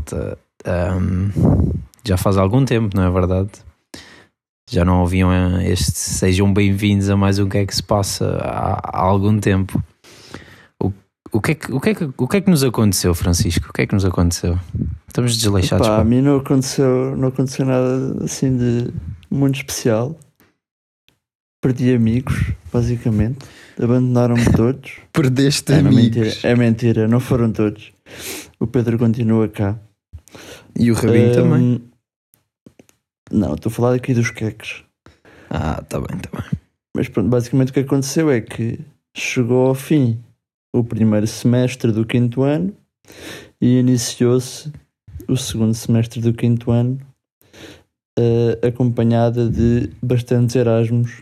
malta, já faz algum tempo, não é verdade? Já não ouviam sejam bem-vindos a mais um Que é que se passa há algum tempo. O que é que nos aconteceu, Francisco? O que é que nos aconteceu? Estamos desleixados. A mim não aconteceu nada assim de muito especial. Perdi amigos, basicamente. Abandonaram-me todos. Perdeste amigos. É mentira, não foram todos. O Pedro continua cá. E o Rabinho também? Não, estou a falar aqui dos queques. Tá bem. Mas pronto, basicamente o que aconteceu é que chegou ao fim o primeiro semestre do 5º ano e iniciou-se o segundo semestre do 5º ano, acompanhada de bastantes Erasmus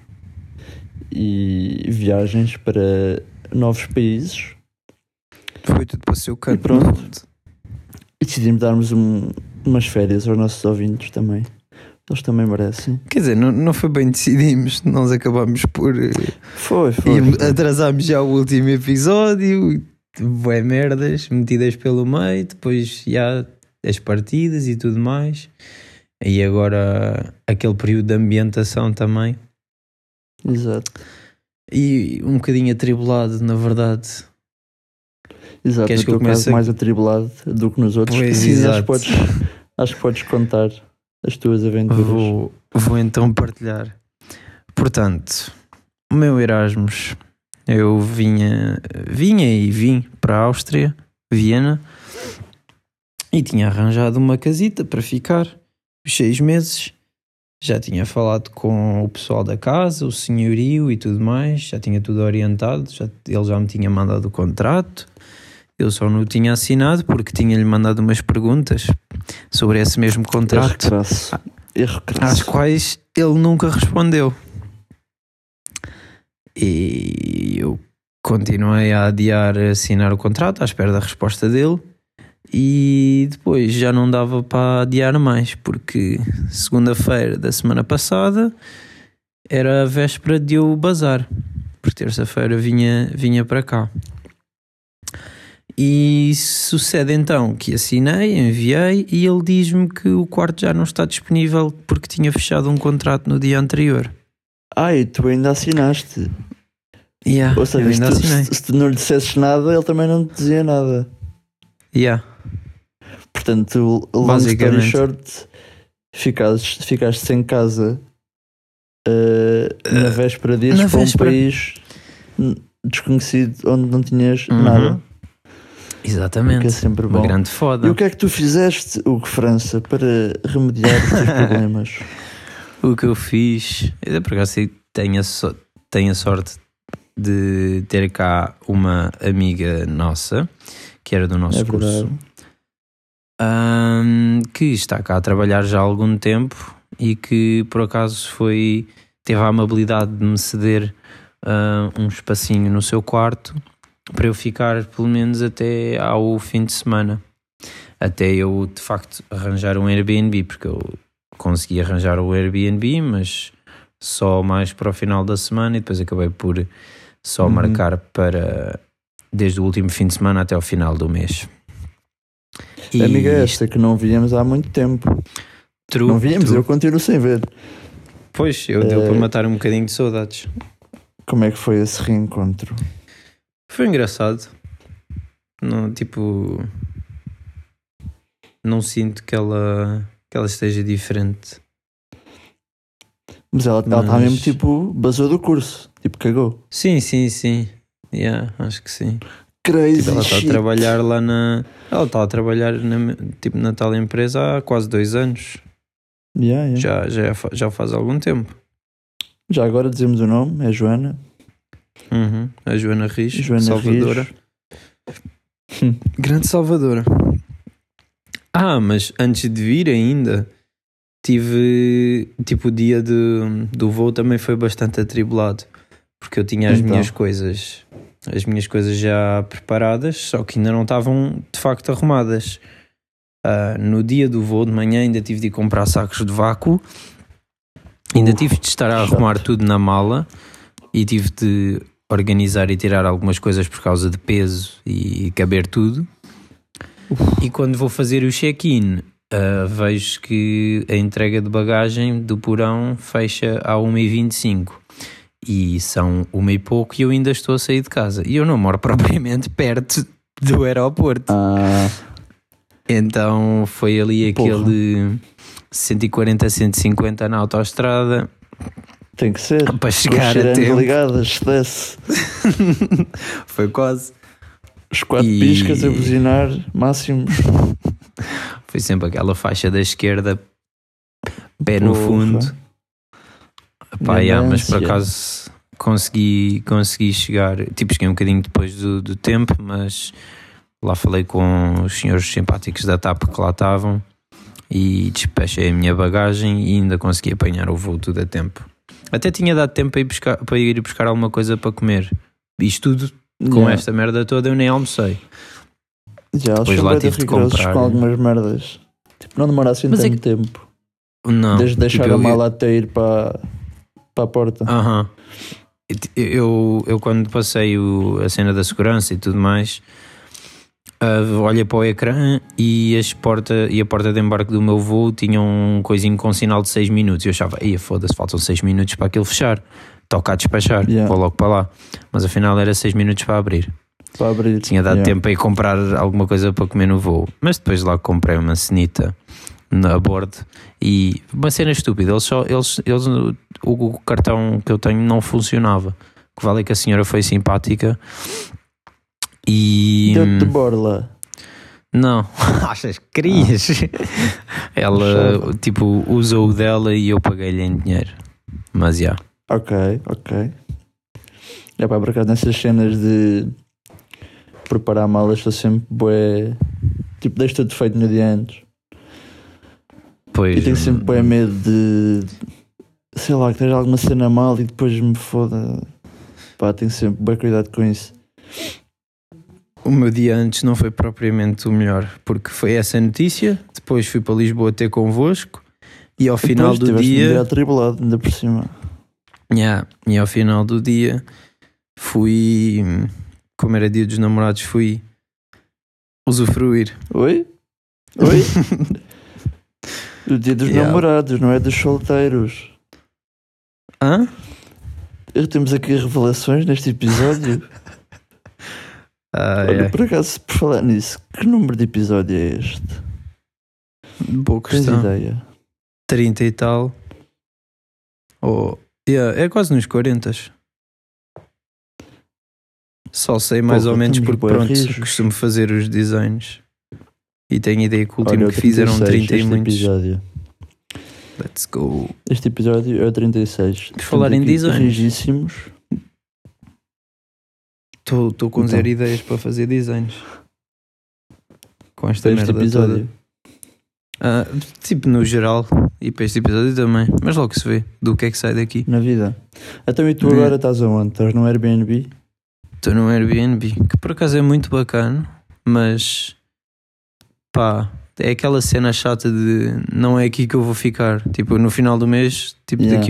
e viagens para novos países. Foi tudo para o seu canto. E pronto. E decidimos darmos umas férias aos nossos ouvintes também. Eles também merecem. Quer dizer, não foi bem decidimos. Nós acabámos por... Foi. Atrasámos já o último episódio. Bué merdas metidas pelo meio. Depois já as partidas e tudo mais. E agora aquele período de ambientação também. Exato. E um bocadinho atribulado, na verdade. Exato, no teu caso mais atribulado do que nos outros. Pois, sim, exato. Acho que podes contar as tuas aventuras. Vou então partilhar. Portanto, o meu Erasmus, eu vim para a Áustria, Viena, e tinha arranjado uma casita para ficar 6 meses. Já tinha falado com o pessoal da casa, o senhorio e tudo mais, já tinha tudo orientado, ele já me tinha mandado o contrato. Eu só não o tinha assinado porque tinha-lhe mandado umas perguntas sobre esse mesmo contrato, Erro crasso. às quais ele nunca respondeu. E eu continuei a adiar assinar o contrato à espera da resposta dele, e depois já não dava para adiar mais, porque segunda-feira da semana passada era a véspera de eu bazar, por terça-feira vinha para cá. E sucede então que assinei, enviei, e ele diz-me que o quarto já não está disponível porque tinha fechado um contrato no dia anterior. E tu ainda assinaste. Ou seja, ainda assinei. Se tu não lhe dissesses nada, ele também não te dizia nada. Portanto, long story short, ficaste sem casa na véspera disso para um país desconhecido onde não tinhas nada. Exatamente, que é sempre bom. Uma grande foda. E o que é que tu fizeste, Hugo França, para remediar os teus problemas? O que eu fiz, eu por acaso tenho a sorte de ter cá uma amiga nossa, que era do nosso curso, que está cá a trabalhar já há algum tempo e que por acaso teve a amabilidade de me ceder um espacinho no seu quarto para eu ficar pelo menos até ao fim de semana, até eu de facto arranjar um Airbnb, porque eu consegui arranjar o Airbnb, mas só mais para o final da semana, e depois acabei por só marcar para desde o último fim de semana até ao final do mês. E amiga esta que não víamos há muito tempo. Não víamos, eu continuo sem ver. Pois, deu para matar um bocadinho de saudades. Como é que foi esse reencontro? Foi engraçado. Não sinto que ela esteja diferente. Mas ela está mesmo tipo, basou do curso, tipo cagou. Sim. Acho que sim. Crazy ela está a trabalhar lá ela está a trabalhar na tal empresa há quase 2 anos. Já faz algum tempo. Já agora dizemos o nome, é Joana. A Joana Riz, Salvadora. Grande Salvadora. Mas antes de vir ainda tive, tipo, o dia do voo também foi bastante atribulado, porque eu tinha as minhas coisas já preparadas, só que ainda não estavam de facto arrumadas. No dia do voo de manhã ainda tive de ir comprar sacos de vácuo, ainda tive de estar a arrumar tudo na mala, e tive de organizar e tirar algumas coisas por causa de peso e caber tudo. E quando vou fazer o check-in, vejo que a entrega de bagagem do porão fecha à 1h25 e são 1 e pouco e eu ainda estou a sair de casa. E eu não moro propriamente perto do aeroporto. Então foi ali aquele 140, 150 na autoestrada. Tem que ser. Para chegar a tempo. Ligadas, desce. Foi quase. Os 4 piscas a buzinar, máximo. Foi sempre aquela faixa da esquerda, pé no fundo. Pá, mas por acaso consegui chegar. Tipo, cheguei um bocadinho depois do tempo, mas lá falei com os senhores simpáticos da TAP que lá estavam e despechei a minha bagagem e ainda consegui apanhar o voo tudo a tempo. Até tinha dado tempo para ir buscar alguma coisa para comer. Isto tudo, com esta merda toda, eu nem almocei. Depois lá tive de comprar com algumas merdas. Tipo, não demora assim tanto tempo. Não. Desde deixar a mala até ir para a porta. Eu quando passei a cena da segurança e tudo mais, olhei para o ecrã e a porta de embarque do meu voo tinha um coisinho com sinal de 6 minutos. Eu achava, foda-se, faltam 6 minutos para aquilo fechar. Toca a despachar, vou logo para lá. Mas afinal era 6 minutos para abrir. Tinha dado tempo para ir comprar alguma coisa para comer no voo. Mas depois lá comprei uma cenita a bordo e uma cena estúpida. O cartão que eu tenho não funcionava. O que vale é que a senhora foi simpática e... Deu-te de borla? Não, achas que querias? Ela tipo usou o dela e eu paguei-lhe em dinheiro. Mas já. Ok. É para por acaso nessas cenas de preparar malas estou sempre bué. Tipo, deixo tudo feito no dia antes. Pois. Eu tenho sempre bué medo de, sei lá, que esteja alguma cena mal e depois me foda. Pá, tenho sempre bué cuidado com isso. O meu dia antes não foi propriamente o melhor, porque foi essa notícia, depois fui para Lisboa ter convosco e ao final do dia... Um dia atribulado, ainda por cima. E ao final do dia fui, como era dia dos namorados, fui usufruir. Oi? O dia dos namorados, não é dos solteiros. Hã? Temos aqui revelações neste episódio. Olha, por acaso, por falar nisso, que número de episódio é este? Boa questão. Tens ideia? 30 e tal. É quase nos 40. Só sei mais ou menos porque pronto, costumo fazer os designs. E tenho ideia que o último que fizeram 30 e muitos. Episódio. Let's go. Este episódio é o 36. Por falar em designs. Rigíssimos. Estou com zero ideias para fazer designs. Com esta merda episódio. Toda. Tipo no geral. E para este episódio também. Mas logo se vê do que é que sai daqui. Na vida. Então e tu agora estás aonde? Estás no Airbnb? Estou no Airbnb. Que por acaso é muito bacana. Mas... pá... é aquela cena chata de... não é aqui que eu vou ficar. Tipo no final do mês. Tipo daqui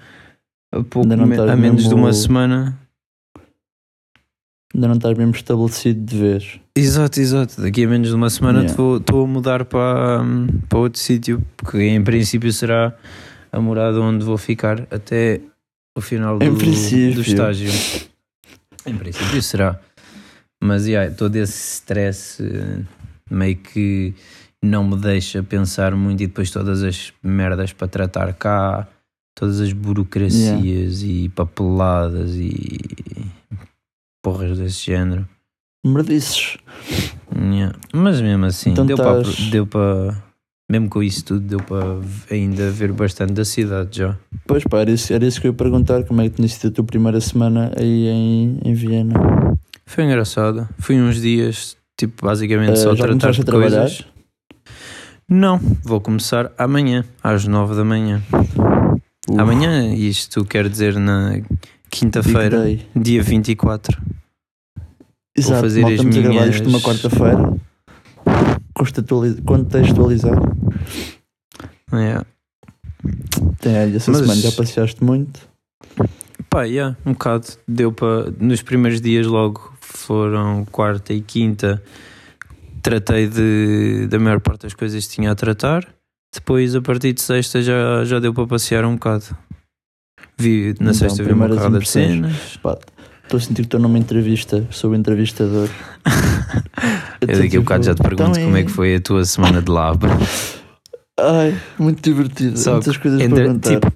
a menos de uma semana... ainda não estás mesmo estabelecido de vez. Exato. Daqui a menos de uma semana estou a mudar para outro sítio, porque em princípio será a morada onde vou ficar até o final do estágio. Em princípio será. Mas todo esse stress meio que não me deixa pensar muito e depois todas as merdas para tratar cá, todas as burocracias e papeladas e... porras desse género. Merdices. Mas mesmo assim, então deu para mesmo com isso tudo, deu para ainda ver bastante da cidade já. Pois pá, era isso que eu ia perguntar, como é que tinha sido a tua primeira semana aí em Viena? Foi engraçado, fui uns dias, tipo, basicamente só tratar de coisas. Não, vou começar amanhã, às 9 da manhã. Amanhã, isto quer dizer na quinta-feira, dia 24. Exato, vou fazer as minhas... a gravar isto numa quarta-feira. Contextualizar. Essa semana já passeaste muito? Pá, um bocado. Deu para... nos primeiros dias logo foram quarta e quinta tratei da maior parte das coisas que tinha a tratar. Depois, a partir de sexta, já deu para passear um bocado. Na sexta vi uma carrada de cenas. Estou a sentir que estou numa entrevista, sou o entrevistador. Eu daqui a bocado já te pergunto como é que foi a tua semana de lab. Ai, muito divertido. Muitas coisas para contar. Tipo,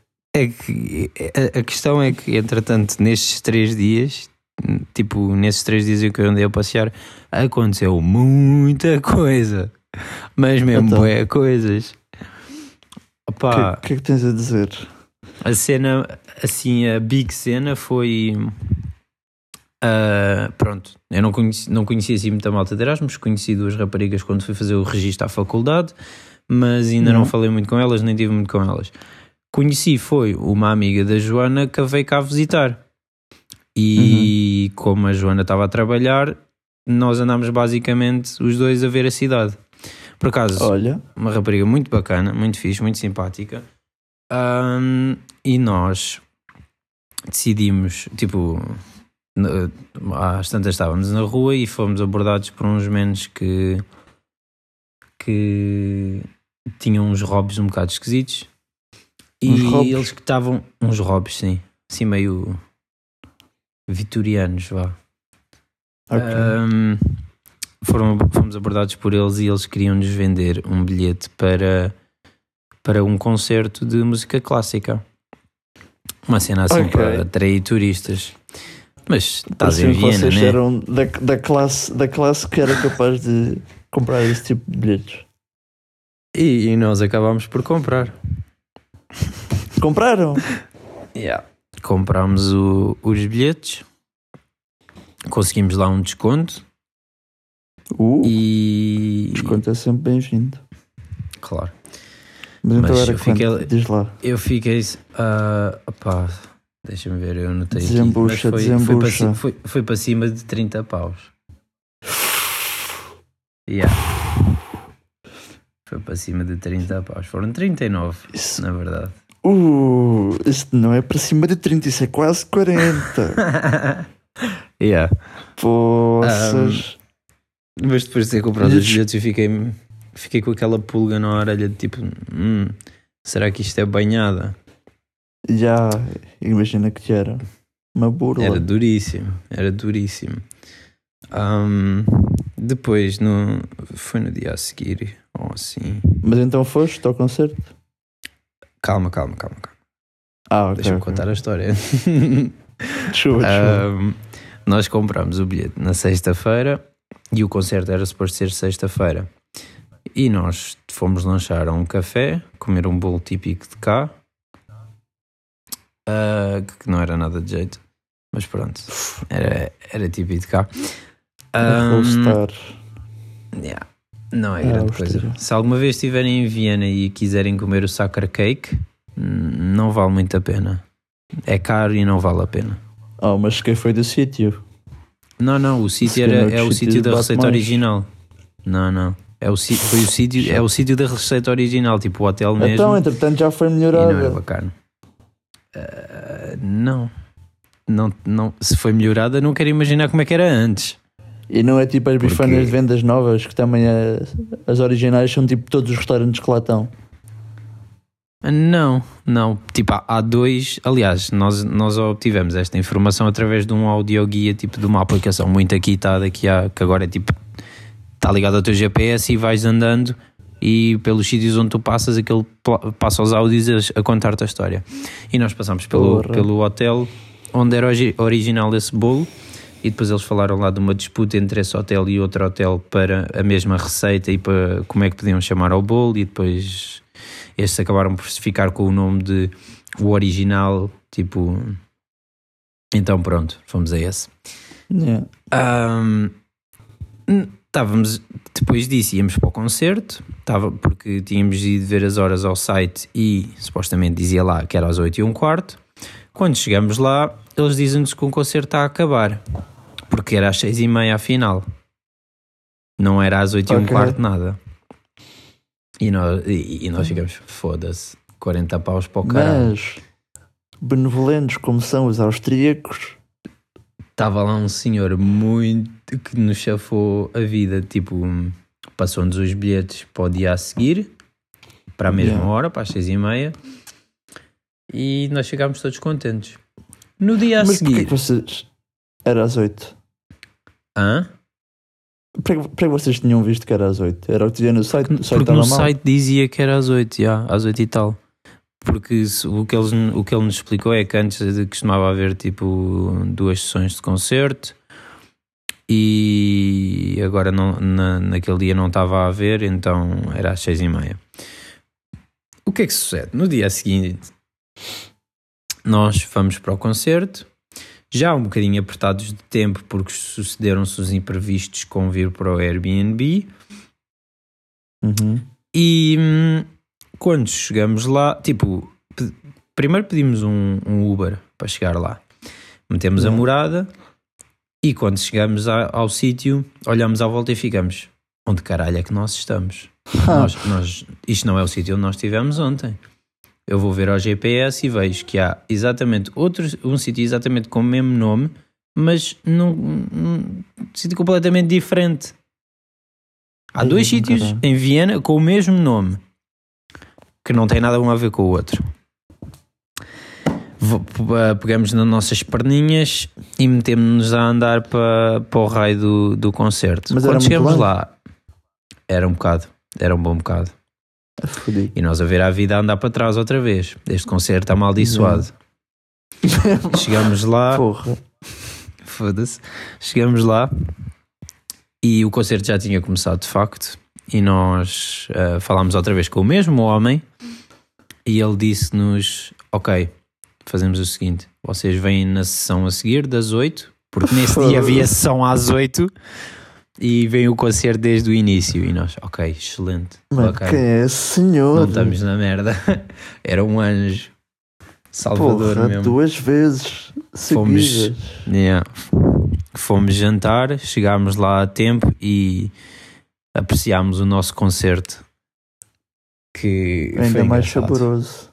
a questão é que, entretanto, nestes 3 dias, nesses 3 dias em que eu andei a passear, aconteceu muita coisa. Mas mesmo então, coisas. O que é que tens a dizer? A cena, assim, a big cena foi... pronto, eu não conhecia assim muita malta de Erasmus, conheci 2 raparigas quando fui fazer o registro à faculdade, mas ainda não falei muito com elas, nem tive muito com elas. Conheci foi uma amiga da Joana que veio cá visitar e como a Joana estava a trabalhar, nós andámos basicamente os 2 a ver a cidade. Por acaso, olha, uma rapariga muito bacana, muito fixe, muito simpática, e nós decidimos, tipo, às tantas estávamos na rua e fomos abordados por uns menos que tinham uns robes um bocado esquisitos. E eles que estavam... Uns robes, sim. Assim meio... vitorianos, vá. Okay. Fomos abordados por eles e eles queriam-nos vender um bilhete para um concerto de música clássica. Uma cena assim para atrair turistas. Mas estás em Viena, vocês né? Eram da classe que era capaz de comprar esse tipo de bilhetes. E nós acabámos por comprar. Compraram? Yeah. Comprámos os bilhetes, conseguimos lá um desconto. E desconto é sempre bem-vindo. Claro. Mas então era quanto? Diz lá. Eu fiquei... deixa-me ver, eu anotei desembucha, aqui. Mas foi para cima de 30 paus. Yeah. Foi para cima de 30 paus. Foram 39, na verdade. Isto não é para cima de 30, isso é quase 40. Yeah. Poças. Mas depois de ter comprado os bilhetes eu fiquei com aquela pulga na orelha de tipo, será que isto é banhada? Já, imagina que era uma burla. Era duríssimo. Depois foi no dia a seguir, ou assim. Mas então foste ao concerto? Calma. Okay, Deixa-me contar a história. Desculpa. Nós compramos o bilhete na sexta-feira e o concerto era suposto ser sexta-feira. E nós fomos lanchar a um café, comer um bolo típico de cá, que não era nada de jeito, mas pronto, era típico de cá. Yeah, não é grande coisa. Se alguma vez estiverem em Viena e quiserem comer o Sacher Cake, não vale muito a pena. É caro e não vale a pena. Mas que foi do sítio? Não, o sítio é o sítio da receita original. Não. É o sítio da receita original, tipo o hotel mesmo. Então, entretanto, já foi melhorado. E não era bacana. Não. Se foi melhorada, não quero imaginar como é que era antes. E não é tipo as bifanas de vendas novas, que também as originais são tipo todos os restaurantes que lá estão. Não. Tipo, há 2. Aliás, nós obtivemos esta informação através de um audioguia, tipo de uma aplicação muito aquitada que agora é tipo, está ligado ao teu GPS e vais andando e pelos sítios onde tu passas, aquele passa os áudios a contar-te a história. E nós passamos pelo hotel onde era original esse bolo. E depois eles falaram lá de uma disputa entre esse hotel e outro hotel para a mesma receita e para como é que podiam chamar ao bolo, e depois estes acabaram por ficar com o nome de o original, tipo... Então pronto, fomos a esse. Yeah. Estávamos, depois disso íamos para o concerto, porque tínhamos ido ver as horas ao site e supostamente dizia lá que era às 8h15. Quando chegamos lá, eles dizem-nos que o concerto está a acabar, porque era às 6h30 a final, não era às 8h15 nada. E nós ficamos, foda-se, 40 paus para o caralho. Mas, benevolentes como são os austríacos, estava lá um senhor muito que nos chafou a vida, tipo, passou-nos os bilhetes para o dia a seguir, para a mesma hora, para as 6h30, e nós ficámos todos contentes. No dia a Mas seguir... porquê que vocês... Era às 8? Hã? Para que vocês tinham visto que era às 8? Era o que dizia no site? O site Porque no estava mal? site dizia que era às 8, às 8 e tal. Porque o que ele nos explicou é que antes costumava haver tipo 2 sessões de concerto e agora naquele dia não estava a haver, então era às 6h30. O que é que sucede? No dia seguinte nós vamos para o concerto, já um bocadinho apertados de tempo porque sucederam-se os imprevistos com vir para o Airbnb. E quando chegamos lá, tipo, primeiro pedimos um Uber para chegar lá, metemos a morada e quando chegamos ao sítio olhamos à volta e ficamos: onde caralho é que nós estamos? Isto não é o sítio onde nós estivemos ontem. Eu vou ver ao GPS e vejo que há exatamente um sítio exatamente com o mesmo nome, mas num sítio completamente diferente. Há 2 sítios em Viena com o mesmo nome que não tem nada a ver com o outro. Pegamos nas nossas perninhas e metemos-nos a andar para o raio do concerto. Mas quando chegamos lá, era um bom bocado. E nós a ver a vida a andar para trás outra vez. Este concerto amaldiçoado. Chegamos lá. Porra. Foda-se. Chegamos lá e o concerto já tinha começado de facto. E nós falámos outra vez com o mesmo homem e ele disse-nos: ok, fazemos o seguinte, vocês vêm na sessão a seguir das 8, porque nesse dia havia sessão às 8 e vem o concerto desde o início. E nós, ok, excelente. Mas okay. Quem é esse senhor? Não estamos na merda. Era um anjo Salvador. Porra, mesmo. 2 vezes seguidas. Fomos jantar, chegámos lá a tempo e apreciámos o nosso concerto, que ainda foi mais engraçado. saboroso.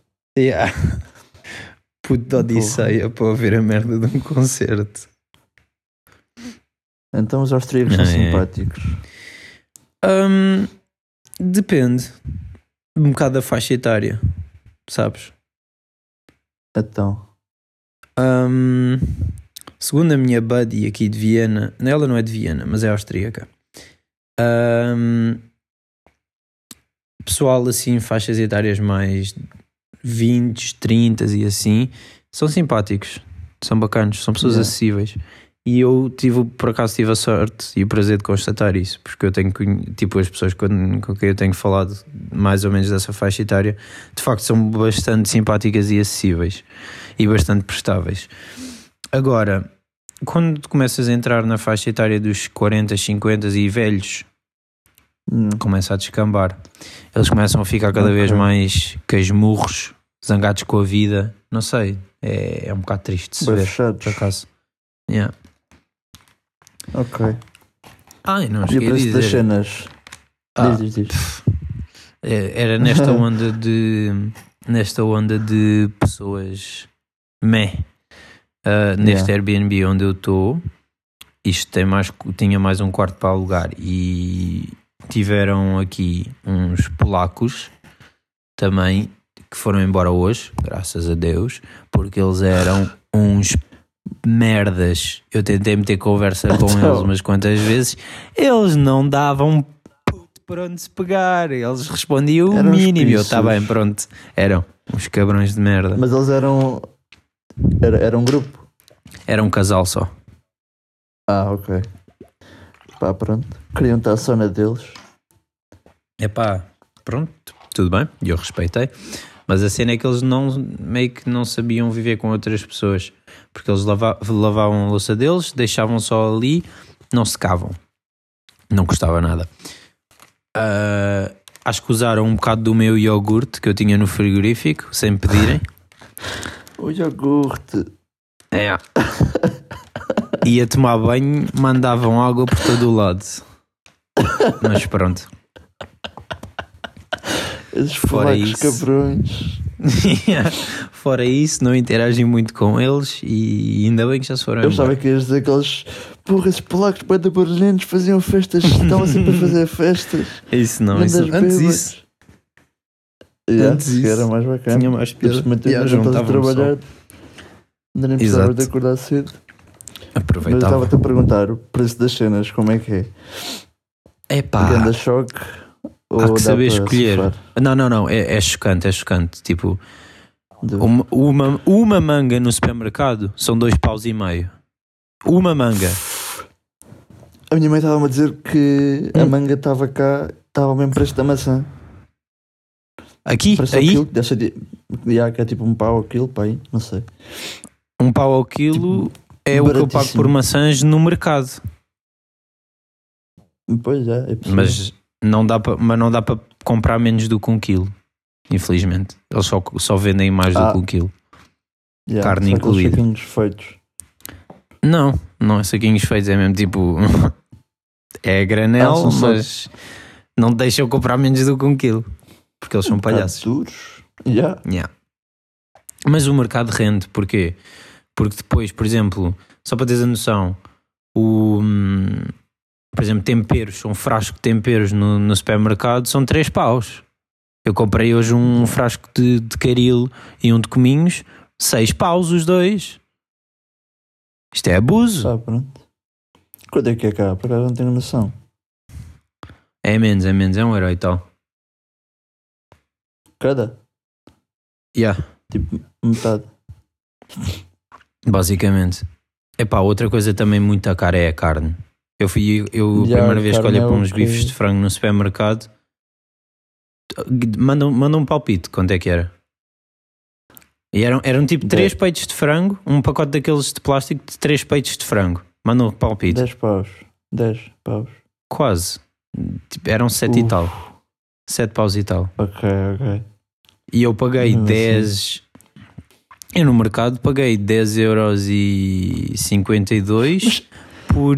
Puta odisseia para ouvir a merda de um concerto. Então os austríacos são simpáticos. Depende um bocado da faixa etária, sabes? Então segundo a minha buddy aqui de Viena, ela não é de Viena, mas é austríaca. Pessoal assim, faixas etárias mais 20, 30 e assim, são simpáticos, são bacanos, são pessoas acessíveis. E eu por acaso tive a sorte e o prazer de constatar isso, porque eu tenho, tipo, as pessoas com quem eu tenho falado mais ou menos dessa faixa etária, de facto são bastante simpáticas e acessíveis e bastante prestáveis. Agora, quando tu começas a entrar na faixa etária dos 40, 50 e velhos, começa a descambar. Eles começam a ficar cada vez mais casmurros, zangados com a vida. Não sei, é um bocado triste de se ver, por acaso. Ok. Ai, não E o cheguei a preço das dizer. cenas? Diz. Era nesta onda de pessoas neste Airbnb onde eu estou. Isto tinha mais um quarto para alugar e tiveram aqui uns polacos também que foram embora hoje, graças a Deus, porque eles eram uns merdas. Eu tentei meter conversa com eles umas quantas vezes, eles não davam puto por onde se pegar, eles respondiam o mínimo. Eu, tá bem, pronto, eram uns cabrões de merda. Mas eles eram um grupo? Era um casal só. Ok. Pá, pronto. Queriam estar só na deles. Pronto, tudo bem, eu respeitei. Mas a cena é que eles meio que não sabiam viver com outras pessoas, porque eles lavavam a louça deles, deixavam só ali, não secavam, não custava nada. Acho que usaram um bocado do meu iogurte que eu tinha no frigorífico, sem pedirem. O iogurte. Ia tomar banho, mandavam água por todo o lado. Mas pronto. Esses polacos cabrões. Fora isso, não interagem muito com eles e ainda bem que já se foram Eu embora. sabia que ias dizer aqueles. Porra, esses polacos bem barulhentos faziam festas, estavam sempre a fazer festas. Isso não, Grandes isso, antes bêbados. isso Yeah, isso era mais bacana. tinha mais piada. Simplesmente Yeah, ainda não estás a juntavam-me trabalhar, ainda nem precisavas Exato. de acordar cedo. Mas eu Aproveitava. estava-te a perguntar o preço das cenas, como é que é? Epá, Ganda choque? Ou há que dá saber para escolher. surfar? Não, é chocante, é chocante. Tipo, De- uma manga no supermercado são 2,5 paus. Uma manga. A minha mãe estava-me a dizer que a manga estava cá, estava ao mesmo preço da maçã. Aqui, Preço ao aí, quilo, deve ser que é tipo 1 pau ao quilo, pá, aí, não sei. 1 pau ao quilo é o que eu pago baratíssimo. por maçãs no mercado. Pois é possível. Mas não dá para comprar menos do que 1 quilo. Infelizmente. Eles só vendem mais do que 1 quilo. Yeah, carne só aqueles incluída. saquinhos feitos. Não é saquinhos feitos, é mesmo tipo. É a granel, são só- mas não te deixam comprar menos do que 1 quilo. Porque eles são bocado palhaços. duros. Yeah. Yeah. Mas o mercado rende, porquê? Porque depois, por exemplo, só para teres a noção, por exemplo, temperos, um frasco de temperos no supermercado são 3 paus. Eu comprei hoje um frasco de caril e um de cominhos, 6 paus os dois. Isto é abuso. Tá, pronto. Quanto é que é cá? Por acaso não tenho noção. É menos, é 1 euro e tal. Cada? Yeah, Tipo, metade. basicamente. Epá, outra coisa também muito cara é a carne. Eu a primeira vez que carne olhei é para uns ok. bifes de frango no supermercado, manda um palpite, quanto é que era? E eram tipo 3 peitos de frango, um pacote daqueles de plástico de 3 peitos de frango. Manda um palpite. 10 paus. 10 paus. Quase. Tipo, eram 7 e tal. 7 paus e tal. Ok. E eu paguei Não, 10. Eu no mercado paguei 10,52€ por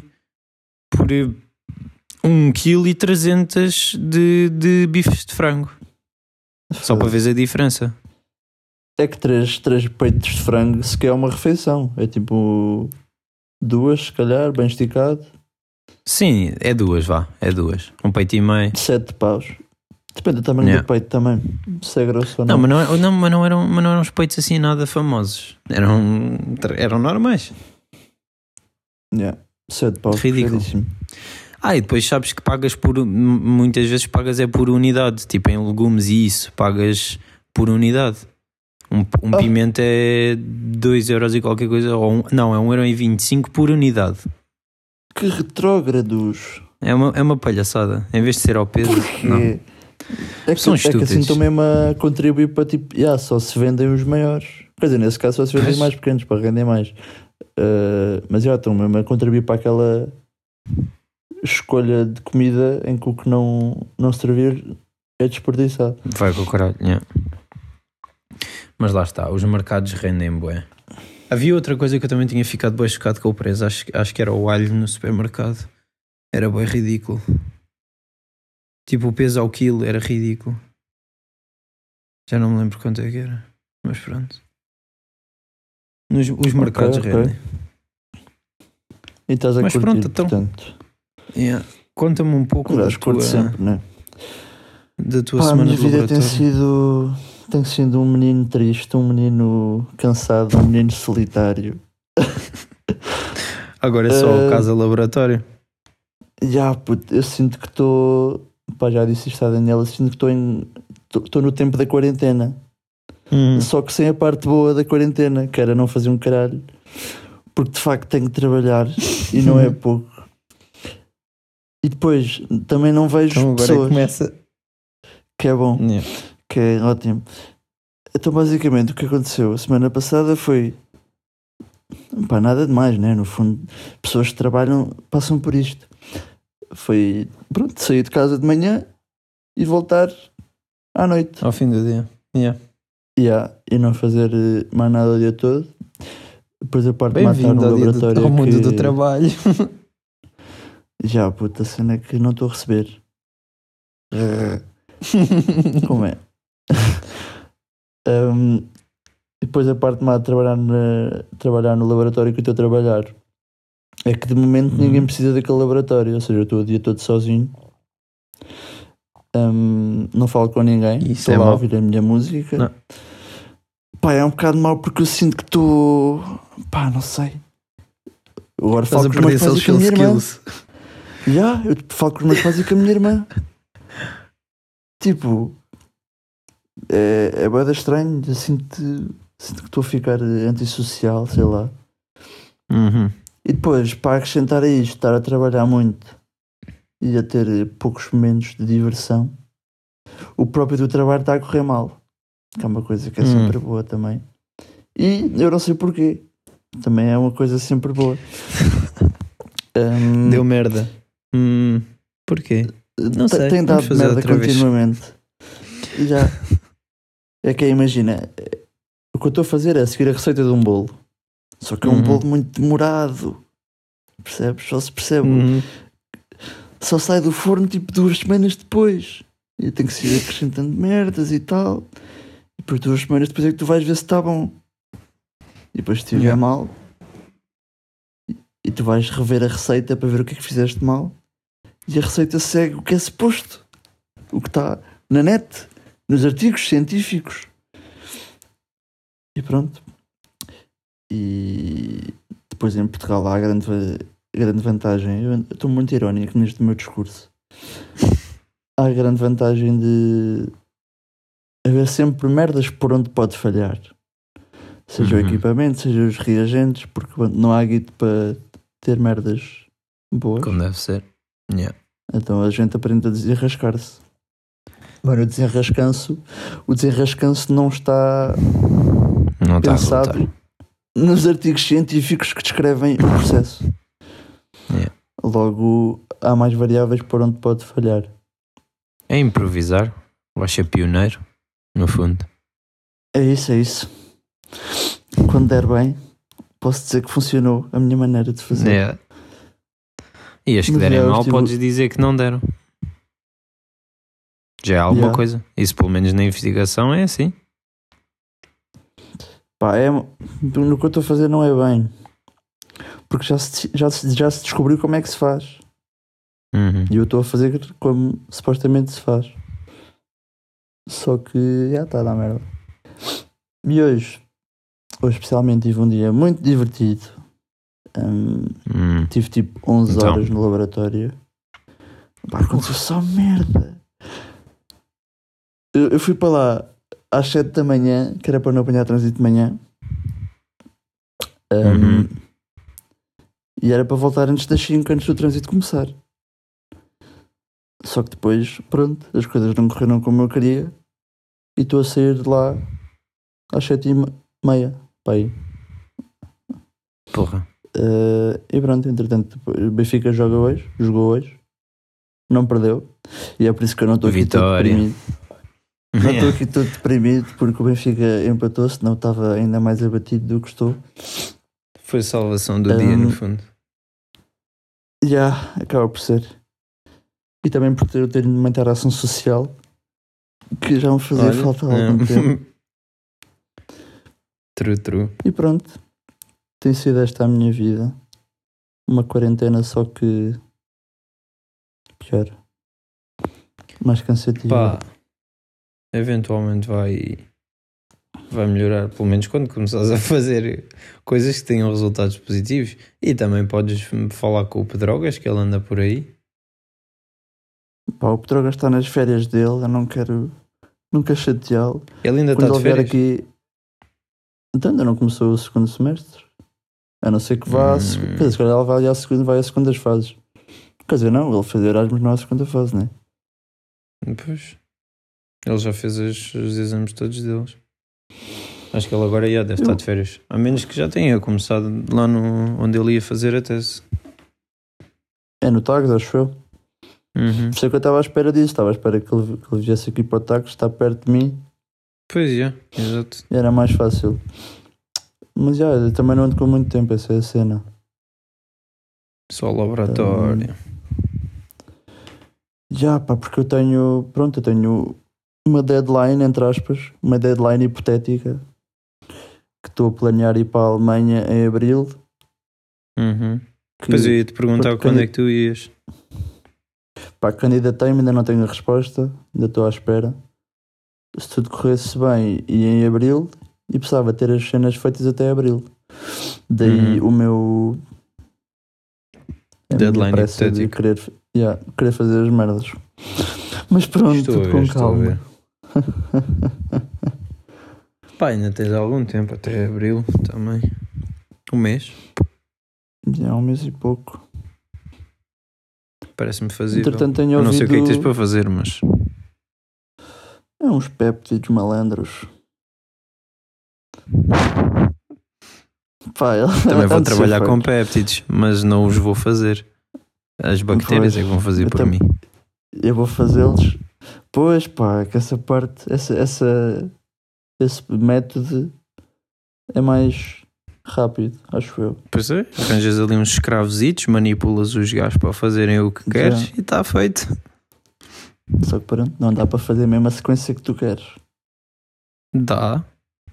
1,3 kg de bifes de frango. Só para ver a diferença. É que 3 peitos de frango sequer é uma refeição. É tipo 2, se calhar, bem esticado. Sim, é 2, vá. É 2. 1 peito e meio. 7 paus. Depende do tamanho Yeah. do peito também. Se é grosso ou Não, não. mas não eram os peitos assim nada famosos. Eram normais. Yeah. 7 paus. Ridículo. Caríssimo. E depois sabes que pagas muitas vezes pagas é por unidade. Tipo em legumes e isso, pagas por unidade. Um pimento é 2€ e qualquer coisa. Ou não, é 1,25€ por unidade. Que retrógrados. É uma palhaçada. Em vez de ser ao peso, não. É que, São é que assim estúpidos. estão mesmo a contribuir para tipo, só se vendem os maiores. Quer dizer, nesse caso só se vendem Pois. os mais pequenos para render mais. Mas estão mesmo a contribuir para aquela escolha de comida em que o que não servir é desperdiçado. Vai com o caralho, yeah. Mas lá está, os mercados rendem bué. Havia outra coisa que eu também tinha ficado bem chocado com o preço. Acho que era o alho no supermercado. Era bem ridículo. Tipo, o peso ao quilo era ridículo. Já não me lembro quanto é que era. Mas pronto. Os mercados ok. rendem. E estás a Mas curtir, pronto, então. portanto. Yeah. Conta-me um pouco Mas curto sempre, não é? da tua Pá, a semana minha de vida laboratório. tem sido um menino triste, um menino cansado, um menino solitário. Agora é só casa laboratório. Puto, eu sinto que estou. Pá, já disse isto à Daniela, sinto que estou no tempo da quarentena. Só que sem a parte boa da quarentena, que era não fazer um caralho. Porque de facto tenho que trabalhar e não é pouco. E depois também não vejo Então agora pessoas, começa. que é bom, Yeah. que é ótimo. Então basicamente o que aconteceu a semana passada foi pá, nada demais, né? No fundo, pessoas que trabalham passam por isto. Foi, pronto, sair de casa de manhã e voltar à noite. Ao fim do dia. Yeah. E não fazer mais nada o dia todo. Depois a parte de matar Bem-vindo no laboratório ao mundo que... do trabalho. Puta, a cena é que não estou a receber. Como é? Um, e depois a parte má de trabalhar no laboratório que eu estou a trabalhar é que de momento ninguém precisa daquele laboratório, ou seja, eu estou o dia todo sozinho. Não falo com ninguém, Isso estou é lá a mau. ouvir a minha música. Não. Pá, é um bocado mau porque eu sinto que estou. Pá, não sei. Eu agora Estás falo a com os meus perder pais e com a social minha irmã. skills. Eu falo com os meus pais e com a minha irmã. Tipo, é bué da estranho. Eu sinto que estou a ficar antissocial, sei lá. Uhum. E depois, para acrescentar a isto, estar a trabalhar muito e a ter poucos momentos de diversão, o próprio do trabalho está a correr mal. Que é uma coisa que é sempre boa também. E eu não sei porquê. Também é uma coisa sempre boa. Deu merda. Porquê? Não sei. Tem Vamos dado fazer merda outra vez. continuamente. E já. É que imagina, o que eu estou a fazer é seguir a receita de um bolo. Só que é um bolo muito demorado. Percebes? Só se percebe. Só sai do forno tipo 2 semanas depois. E tem que se ir acrescentando merdas e tal. E depois 2 semanas depois é que tu vais ver se está bom. E depois se estiver mal. E tu vais rever a receita para ver o que é que fizeste mal. E a receita segue o que é suposto. O que está na net. Nos artigos científicos. E pronto. E depois em Portugal há a grande vantagem. Eu estou muito irónico neste meu discurso. Há a grande vantagem de haver sempre merdas por onde pode falhar. Seja o equipamento, seja os reagentes, porque não há guito para ter merdas boas. Como deve ser. Yeah. Então a gente aprende a desenrascar-se. Agora o desenrascanço não está pensado nos artigos científicos que descrevem o processo. Yeah. Logo, há mais variáveis por onde pode falhar. É improvisar. Vais ser pioneiro, no fundo. É isso. Quando der bem, posso dizer que funcionou a minha maneira de fazer. Yeah. E as que derem mal, podes dizer que não deram. Já é alguma coisa. Isso pelo menos na investigação é assim. Pá, no que eu estou a fazer não é bem. Porque já se descobriu como é que se faz. E eu estou a fazer como supostamente se faz. Só que já está a dar merda. E hoje especialmente tive um dia muito divertido. Tive tipo 11 horas no laboratório. Pá, aconteceu só merda. Eu fui para lá às 7 da manhã, que era para não apanhar trânsito de manhã. E era para voltar antes das 5, antes do trânsito começar. Só que depois, pronto, as coisas não correram como eu queria. E estou a sair de lá às 7h30. Pai. Porra. E pronto, entretanto, o Benfica jogou hoje. Não perdeu. E é por isso que eu não estou aqui todo deprimido. Não estou aqui todo deprimido porque o Benfica empatou, senão estava ainda mais abatido do que estou. Foi a salvação do dia, no fundo. Acaba por ser. E também por ter uma interação social que já me fazia falta há algum tempo. True. E pronto, tem sido esta a minha vida. Uma quarentena só que pior. Mais cansativa. Pá, eventualmente vai melhorar, pelo menos quando começares a fazer coisas que tenham resultados positivos. E também podes falar com o Pedrogas, que ele anda por aí. Pá, o Pedrogas está nas férias dele, eu não quero nunca chateá-lo. Ele ainda está de férias? Aqui... Então ainda não começou o segundo semestre. A não ser que vá se calhar ele vai às segundas fases. Quer dizer, não, ele fez Erasmus não à segunda fase, não é? Pois. Ele já fez os exames todos deles. Acho que ele agora deve estar de férias. A menos que já tenha começado lá onde ele ia fazer a tese. É no Tagus, acho eu. Por isso é que eu estava à espera disso. Estava à espera que ele viesse aqui para o Tagus, está perto de mim. Pois é, exato. Era mais fácil. Mas eu também não ando com muito tempo, essa é a cena. Só o laboratório. Pá, porque eu tenho uma deadline, entre aspas, uma deadline hipotética, que estou a planear ir para a Alemanha em Abril. Depois eu ia-te perguntar quando é que tu ias. Pá, candidatei-me, ainda não tenho a resposta, ainda estou à espera. Se tudo corresse bem, ia em Abril e precisava ter as cenas feitas até Abril. Daí o meu... deadline de querer fazer as merdas. Mas pronto, tudo com calma. Pá, ainda tens algum tempo até Abril também. Um mês? Já, um mês e pouco. Parece-me fazível. Entretanto, tenho eu não sei o que é que ouvido- tens para fazer, mas É uns péptidos malandros. Pá, também vou antes de ser trabalhar com feito. péptidos, mas não os vou fazer. As bactérias Pois, é que vão fazer eu por também- mim. Eu vou fazê-los. Pois pá, que essa parte, esse método é mais rápido, acho eu. Pois é, arranjas ali uns escravositos, manipulas os gajos para fazerem o que queres e está feito. Só que pronto, não dá para fazer a mesma sequência que tu queres. Dá.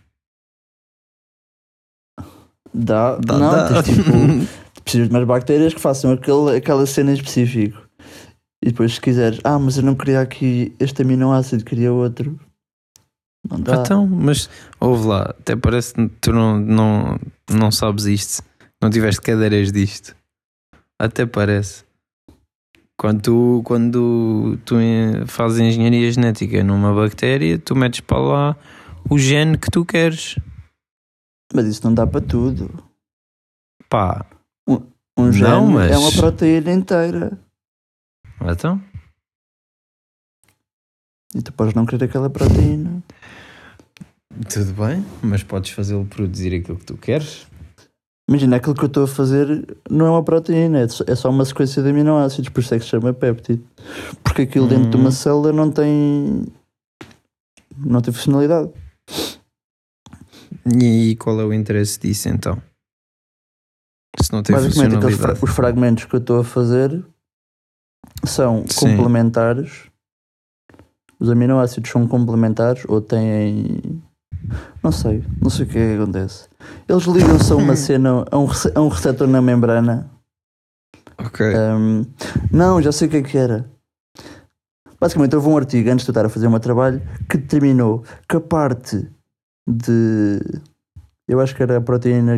Dá. Dá. Tens tipo, precisas de mais bactérias que façam aquela cena em específico. E depois se quiseres, mas eu não queria aqui este aminoácido, queria outro. Não dá. Então, mas ouve lá, até parece que tu não sabes isto, não tiveste cadeiras disto. Até parece. Quando tu fazes engenharia genética numa bactéria, tu metes para lá o gene que tu queres. Mas isso não dá para tudo. Pá, Um gene Não, mas- é uma proteína inteira. então? E tu podes não querer aquela proteína. Tudo bem, mas podes fazê-lo produzir aquilo que tu queres. Imagina, aquilo que eu estou a fazer não é uma proteína, é só uma sequência de aminoácidos, por isso é que se chama péptido. Porque aquilo dentro de uma célula não tem funcionalidade. E qual é o interesse disso então? Se não tem Basicamente, funcionalidade. os fragmentos que eu estou a fazer são Sim. complementares. Os aminoácidos são complementares ou têm... Não sei o que é que acontece. Eles ligam-se a uma cena, a um receptor na membrana. Ok. Não, já sei o que era. Basicamente, houve um artigo antes de eu estar a fazer o meu trabalho que determinou que a parte de... Eu acho que era a proteína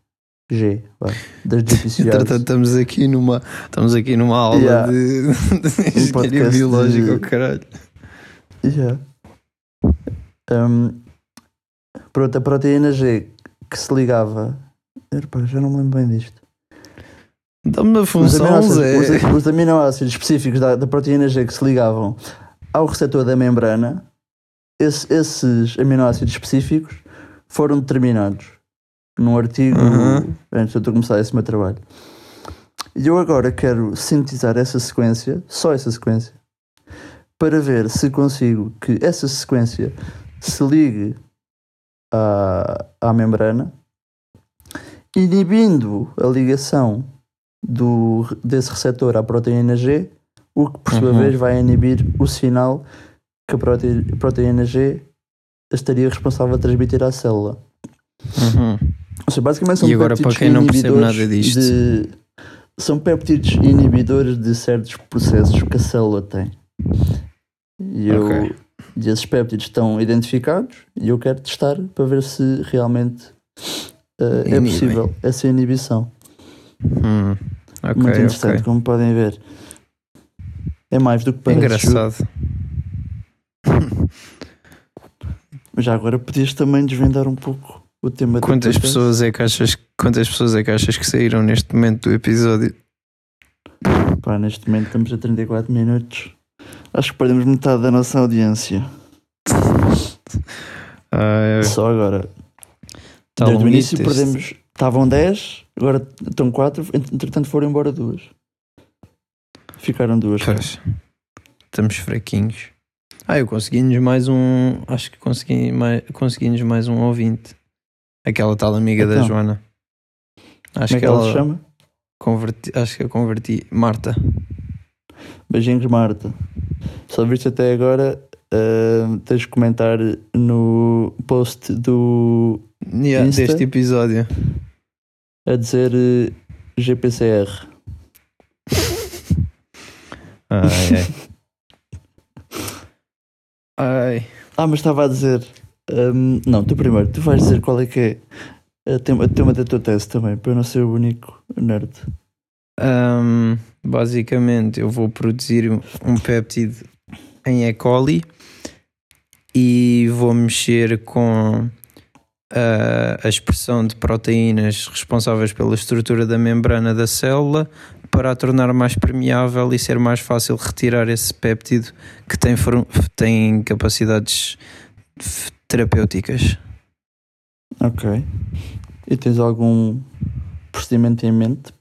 das Entretanto, GPCRs. estamos aqui numa aula Yeah. de engenharia podcast biológica, de- oh, caralho. Yeah. Pronto, a proteína G que se ligava... Epá, já não me lembro bem disto. Dá-me a Os função, aminoácidos, Zé. os aminoácidos específicos da proteína G que se ligavam ao receptor da membrana, esses aminoácidos específicos foram determinados num artigo antes de eu começar esse meu trabalho. E eu agora quero sintetizar essa sequência, só essa sequência, para ver se consigo que essa sequência se ligue à membrana, inibindo a ligação desse receptor à proteína G, o que por sua vez vai inibir o sinal que a proteína G estaria responsável a transmitir à célula. Ou seja, basicamente são E agora, péptidos para quem não percebe inibidores nada disto. são péptidos inibidores de certos processos que a célula tem. E esses péptidos estão identificados e eu quero testar para ver se realmente é Inibem. possível essa inibição. Ok, Muito interessante, ok. como podem ver. É mais do que parece. Engraçado. Mas já agora podias também desvendar um pouco o tema da Quantas tua pessoas é que achas que saíram neste momento do episódio? tese. Pá, neste momento estamos a 34 minutos. Acho que perdemos metade da nossa audiência. Só agora. Tá Desde o longuito início este. perdemos. Estavam 10, agora estão 4. Entretanto foram embora 2. Ficaram 2. Pois. Estamos fraquinhos. Eu consegui-nos mais um. Acho que consegui-nos mais um ouvinte. Aquela tal amiga da Então. Joana. Acho Como é que ela se chama? Acho que eu converti. Marta. Beijinhos, Marta. Só viste até agora tens de comentar no post do Insta deste episódio a dizer GPCR. Ai. Mas estava a dizer. Não, tu primeiro, tu vais dizer qual é que é a tema da tua tese também, para eu não ser o único nerd. Basicamente, eu vou produzir um péptido em E. coli e vou mexer com a expressão de proteínas responsáveis pela estrutura da membrana da célula para a tornar mais permeável e ser mais fácil retirar esse péptido que tem capacidades terapêuticas. Ok. E tens algum procedimento em mente?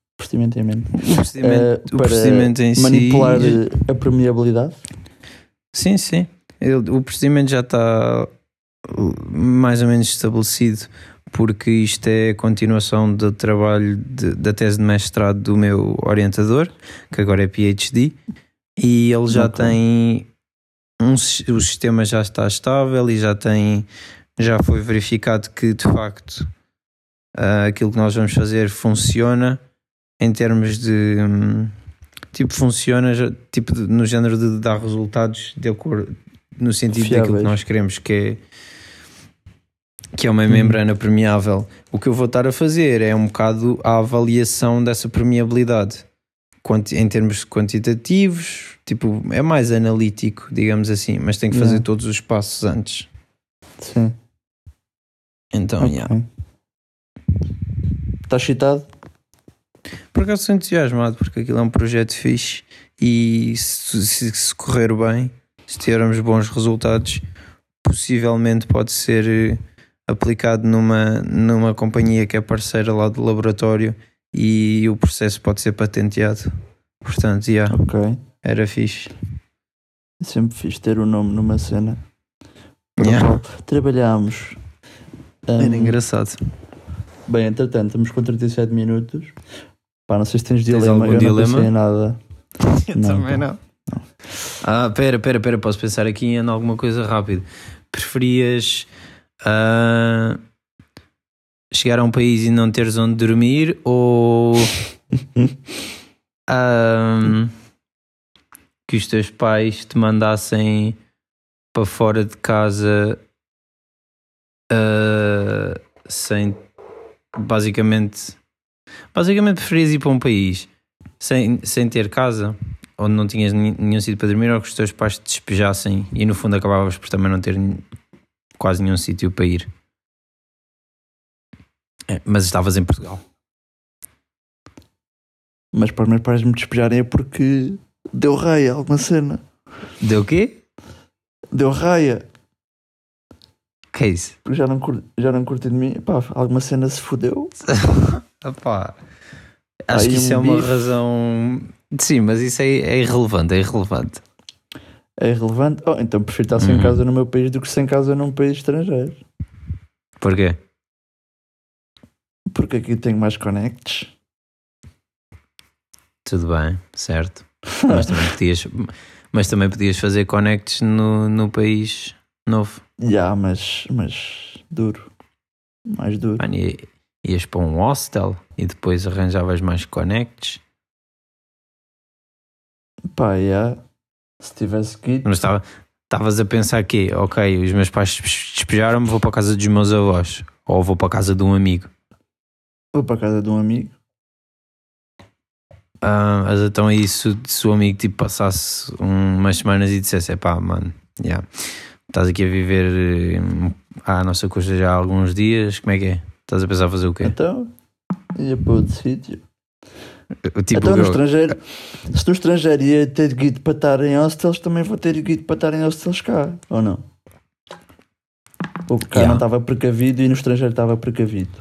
O procedimento em manipular si... a permeabilidade? Sim. O procedimento já está mais ou menos estabelecido, porque isto é a continuação do trabalho da tese de mestrado do meu orientador, que agora é PhD, e ele já tem o sistema já está estável e já foi verificado que de facto aquilo que nós vamos fazer funciona em termos de funciona no género de dar resultados de acordo, no sentido daquilo que nós queremos, que é uma membrana permeável. O que eu vou estar a fazer é um bocado a avaliação dessa permeabilidade em termos quantitativos, é mais analítico, digamos assim, mas tem que fazer todos os passos antes. Sim. Então, Estás excitado? Por acaso estou entusiasmado, porque aquilo é um projeto fixe e se correr bem, se tivermos bons resultados, possivelmente pode ser aplicado numa companhia que é parceira lá do laboratório e o processo pode ser patenteado. Portanto, era fixe. É sempre fixe ter o nome numa cena para qual trabalhámos. Era engraçado. Bem, entretanto, estamos com 37 minutos. Não sei se tens dilema. Eu não pensei em nada. Eu também não. Pera, posso pensar aqui em alguma coisa rápido. Preferias chegar a um país e não teres onde dormir, ou que os teus pais te mandassem para fora de casa sem basicamente preferias ir para um país sem ter casa, onde não tinhas nenhum sítio para dormir, ou que os teus pais te despejassem e no fundo acabavas por também não ter quase nenhum sítio para ir? Mas estavas em Portugal. Mas para os meus pais me despejarem é porque deu raia alguma cena. Deu o quê? Deu raia. Que é isso? Já não curti de mim. Alguma cena se fodeu. Acho que isso é uma razão. Sim, mas isso é irrelevante. É irrelevante? Então prefiro estar sem casa no meu país do que sem casa num país estrangeiro. Porquê? Porque aqui tenho mais connects. Tudo bem, certo. Mas também podias fazer connects no país novo. Mas duro. Mais duro. Mano, ias para um hostel e depois arranjavas mais connects. Se tivesse que ir. Mas estavas a pensar que, ok, os meus pais despejaram-me, vou para a casa dos meus avós. Ou vou para a casa de um amigo. Vou para a casa de um amigo. Mas então é isso, se o amigo passasse umas semanas e dissesse, estás aqui a viver à nossa custa já há alguns dias, como é que é? Estás a pensar fazer o quê? Então, ia para outro sítio. Então no estrangeiro, se no estrangeiro ia ter guido para estar em hostels, também vou ter guido para estar em hostels cá, ou não? O cá não estava precavido e no estrangeiro estava precavido.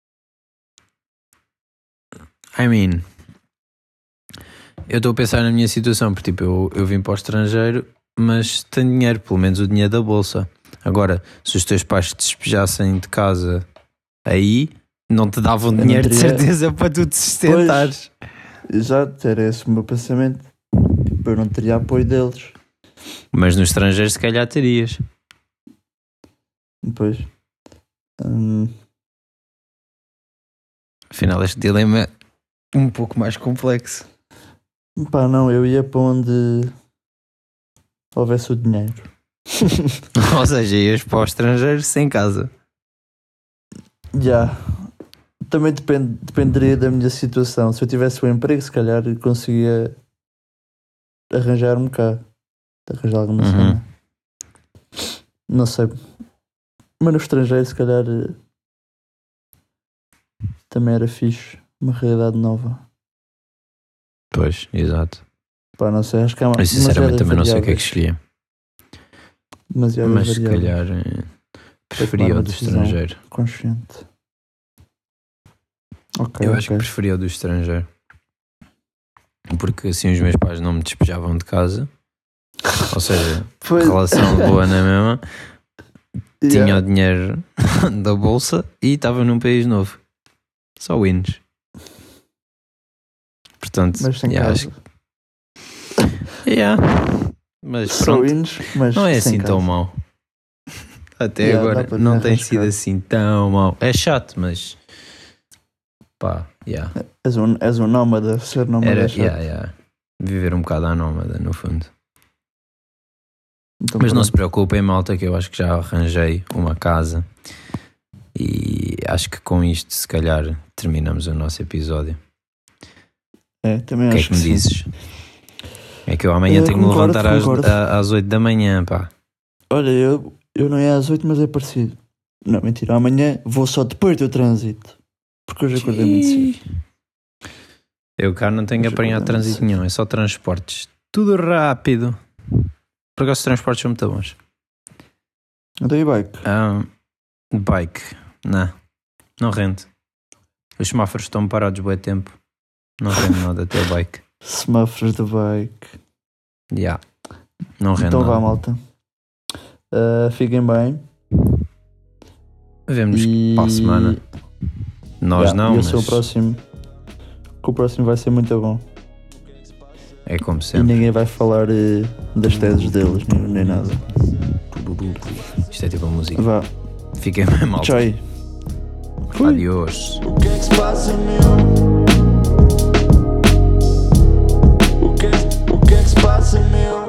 Eu estou a pensar na minha situação, porque eu vim para o estrangeiro, mas tenho dinheiro, pelo menos o dinheiro da bolsa. Agora, se os teus pais te despejassem de casa aí, não te davam dinheiro de certeza para tu te sustentares. Exato, era esse o meu pensamento. Eu não teria apoio deles. Mas no estrangeiro se calhar terias. Depois. Afinal, este dilema é um pouco mais complexo. Pá, não, eu ia para onde houvesse o dinheiro. Ou seja, ias para o estrangeiro sem casa. Já. Também dependeria da minha situação. Se eu tivesse um emprego, se calhar conseguia arranjar-me cá. Arranjar alguma cena. Não sei. Mas no estrangeiro, se calhar, também era fixe. Uma realidade nova. Pois, exato. Pá, não sei, acho que há Eu sinceramente também não sei o que é que escolhia. Mas se calhar preferia o do estrangeiro. Consciente. Eu acho que preferia o do estrangeiro. Porque assim os meus pais não me despejavam de casa. Ou seja, relação boa na mesma. Tinha o dinheiro da bolsa e estava num país novo. Só wins. Portanto, mas sem casa. Mas só pronto, wins, mas não é sem assim casa. tão mau. Até agora não tem sido assim tão mau. É chato, mas pá, És um nómada, ser nómada é chato. Viver um bocado à nómada, no fundo. Então, mas não se preocupem, malta, que eu acho que já arranjei uma casa e acho que com isto se calhar terminamos o nosso episódio. Também o que acho é que me dizes? É que eu amanhã tenho que me levantar às 8 da manhã, pá. Olha, eu não é às 8, mas é parecido. Não, mentira, amanhã vou só depois do trânsito. Porque hoje acordei muito cedo. Eu cá não tenho que apanhar trânsito nenhum, é só transportes. Tudo rápido. Por acaso os transportes são muito bons. Então e bike? Bike, não rende. Os semáforos estão parados bué tempo. Não rende nada ter bike. Semáforos de bike. Não rende então nada. Vá, malta. Fiquem bem. Vemos para a semana. Nós não, mas... o próximo. Que o próximo vai ser muito bom. É como E sempre. ninguém vai falar das teses deles, nem nada. Isto é tipo uma música. Vá. Fiquem bem, malta. Tchau. Adiós. O que é que se passa, meu? O que é que se passa, meu?